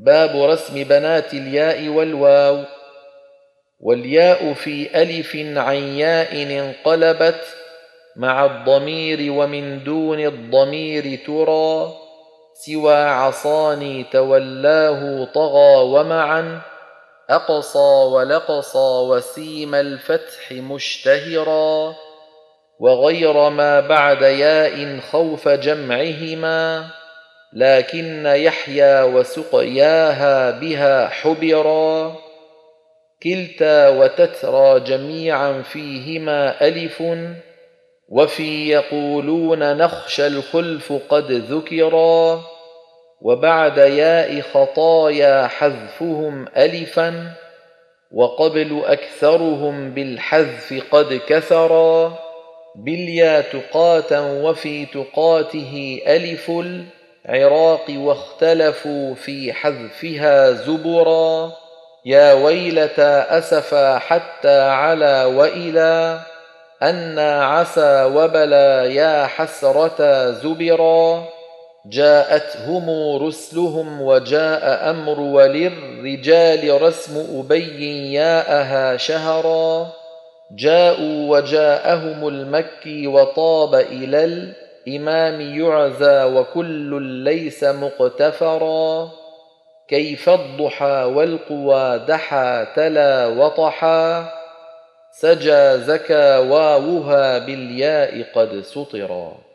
باب رسم بنات الياء والواو. والياء في ألف عن ياء انقلبت مع الضمير ومن دون الضمير ترى، سوى عصاني تولاه طغى ومعا أقصى ولقصى وسيم الفتح مشتهرا، وغير ما بعد ياء خوف جمعهما، لكن يحيى وسقياها بها حبرا، كلتا وتترى جميعا فيهما ألف، وفي يقولون نخشى الخلف قد ذكرا، وبعد ياء خطايا حذفهم ألفا، وقبل أكثرهم بالحذف قد كثرا، باليا تقاتا وفي تقاته ألف العراق، واختلفوا في حذفها زبرا، يا ويلتا أسفا حتى على وإلى أنا عسى وبلا يا حسرة زبرا، جاءتهم رسلهم وجاء أمر وللرجال رسم أبي ياءها شهرا، جاءوا وجاءهم المكي وطاب إلى الإمام يعزى وكل ليس مقتفرا، كيف الضحى والقوى دحى تلا وطحا، سجى زكى واوها بالياء قد سطرا.